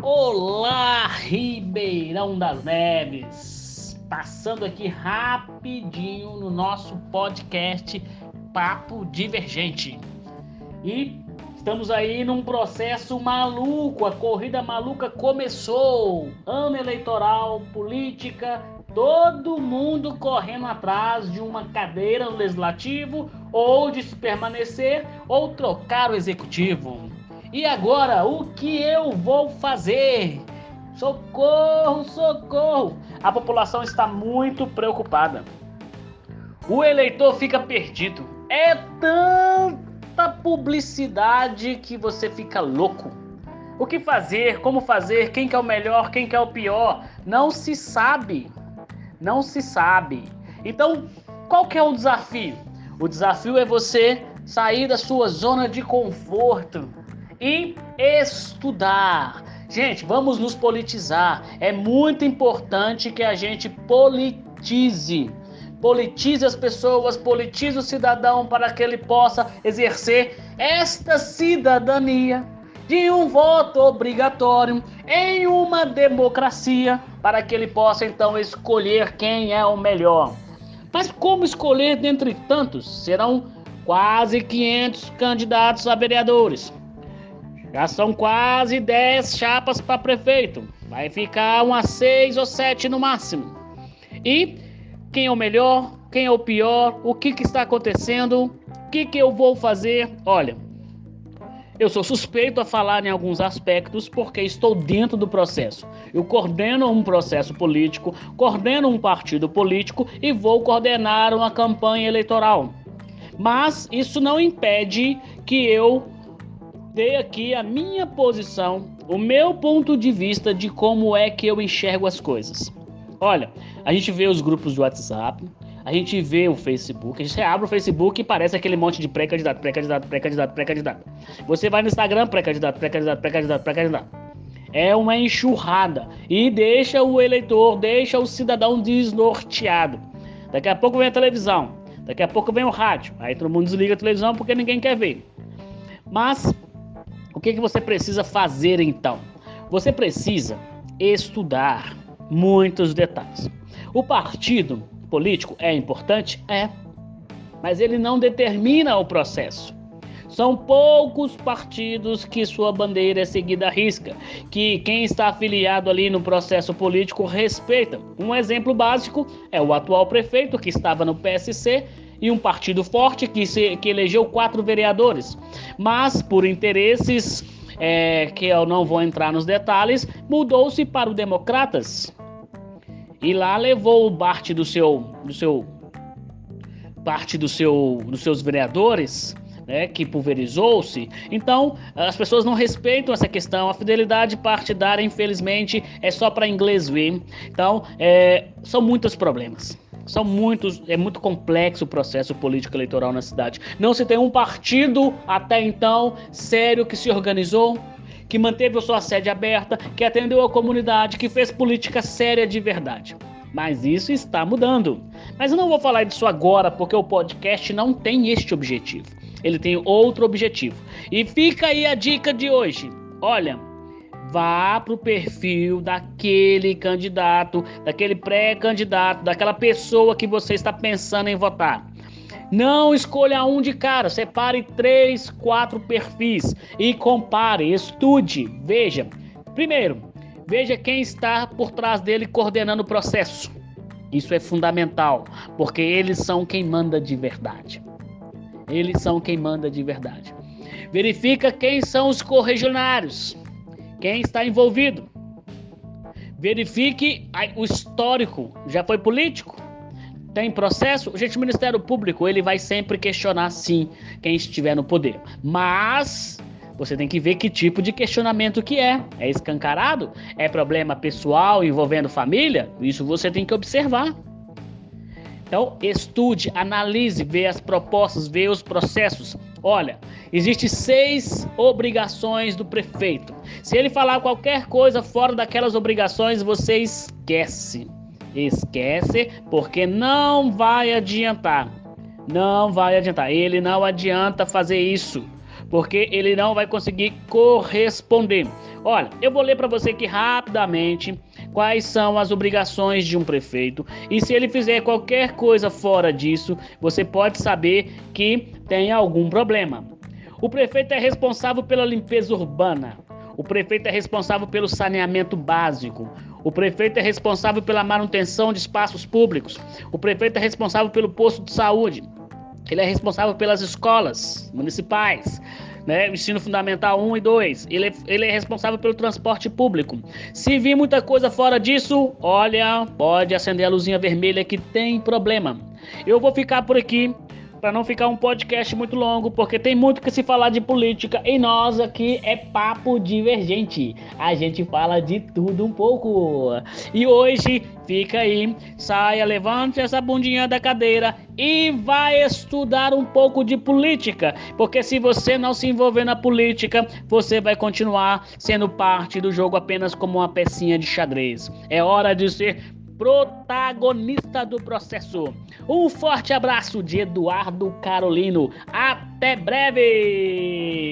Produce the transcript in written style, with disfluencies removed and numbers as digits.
Olá, Ribeirão das Neves! Passando aqui rapidinho no nosso podcast Papo Divergente. E estamos aí num processo maluco, a corrida maluca começou. Ano eleitoral, política, todo mundo correndo atrás de uma cadeira no legislativo, ou de se permanecer, ou trocar o executivo. E agora, o que eu vou fazer? Socorro, socorro! A população está muito preocupada. O eleitor fica perdido. É tanta publicidade que você fica louco. O que fazer? Como fazer? Quem que é o melhor? Quem que é o pior? Não se sabe. Não se sabe. Então, qual que é o desafio? O desafio é você sair da sua zona de conforto e estudar. Gente, vamos nos politizar. É muito importante que a gente politize. Politize as pessoas, politize o cidadão para que ele possa exercer esta cidadania de um voto obrigatório em uma democracia, para que ele possa então escolher quem é o melhor. Mas como escolher dentre tantos? Serão quase 500 candidatos a vereadores. Já são quase 10 chapas para prefeito. Vai ficar umas 6 ou 7 no máximo. E quem é o melhor? Quem é o pior? O que está acontecendo? O que eu vou fazer? Olha, eu sou suspeito a falar em alguns aspectos porque estou dentro do processo. Eu coordeno um processo político, coordeno um partido político e vou coordenar uma campanha eleitoral. Mas isso não impede que eu dei aqui a minha posição, o meu ponto de vista de como é que eu enxergo as coisas. Olha, a gente vê os grupos de WhatsApp, a gente vê o Facebook, a gente abre o Facebook e parece aquele monte de pré-candidato. Você vai no Instagram, pré-candidato. É uma enxurrada e deixa o eleitor, deixa o cidadão desnorteado. Daqui a pouco vem a televisão, daqui a pouco vem o rádio, aí todo mundo desliga a televisão porque ninguém quer ver. Mas o que você precisa fazer então? Você precisa estudar muitos detalhes. O partido político é importante? É. Mas ele não determina o processo. São poucos partidos que sua bandeira é seguida à risca, que quem está afiliado ali no processo político respeita. Um exemplo básico é o atual prefeito que estava no PSC e um partido forte que elegeu 4 vereadores. Mas por interesses que eu não vou entrar nos detalhes, mudou-se para o Democratas. E lá levou parte dos seus vereadores, né, que pulverizou-se. Então, as pessoas não respeitam essa questão. A fidelidade partidária, infelizmente, é só para inglês ver. Então, são muitos problemas. É muito complexo o processo político eleitoral na cidade. Não se tem um partido até então sério que se organizou, que manteve a sua sede aberta, que atendeu a comunidade, que fez política séria de verdade. Mas isso está mudando. Mas eu não vou falar disso agora, porque o podcast não tem este objetivo. Ele tem outro objetivo. E fica aí a dica de hoje. Olha, vá para o perfil daquele candidato, daquele pré-candidato, daquela pessoa que você está pensando em votar. Não escolha um de cara, separe 3, 4 perfis e compare, estude, veja. Primeiro, veja quem está por trás dele coordenando o processo. Isso é fundamental, porque eles são quem manda de verdade. Eles são quem manda de verdade. Verifica quem são os correligionários, quem está envolvido. Verifique o histórico, já foi político? Tem processo? Gente, o Ministério Público, ele vai sempre questionar, sim, quem estiver no poder. Mas você tem que ver que tipo de questionamento que é. É escancarado? É problema pessoal envolvendo família? Isso você tem que observar. Então, estude, analise, vê as propostas, vê os processos. Olha, existem 6 obrigações do prefeito. Se ele falar qualquer coisa fora daquelas obrigações, você esquece. Esquece, porque não vai adiantar. Não vai adiantar. Ele não adianta fazer isso. porque ele não vai conseguir corresponder. Olha, eu vou ler para você aqui rapidamente quais são as obrigações de um prefeito, e se ele fizer qualquer coisa fora disso, você pode saber que tem algum problema. O prefeito é responsável pela limpeza urbana. O prefeito é responsável pelo saneamento básico. O prefeito é responsável pela manutenção de espaços públicos. O prefeito é responsável pelo posto de saúde. Ele é responsável pelas escolas municipais, né? Ensino Fundamental 1 e 2. Ele é responsável pelo transporte público. Se vir muita coisa fora disso, olha, pode acender a luzinha vermelha que tem problema. Eu vou ficar por aqui, para não ficar um podcast muito longo, porque tem muito que se falar de política e nós aqui é papo divergente. A gente fala de tudo um pouco. E hoje, fica aí, saia, levante essa bundinha da cadeira e vai estudar um pouco de política, porque se você não se envolver na política, você vai continuar sendo parte do jogo apenas como uma pecinha de xadrez. É hora de ser protagonista do processo. Um forte abraço de Eduardo Carolino. Até breve!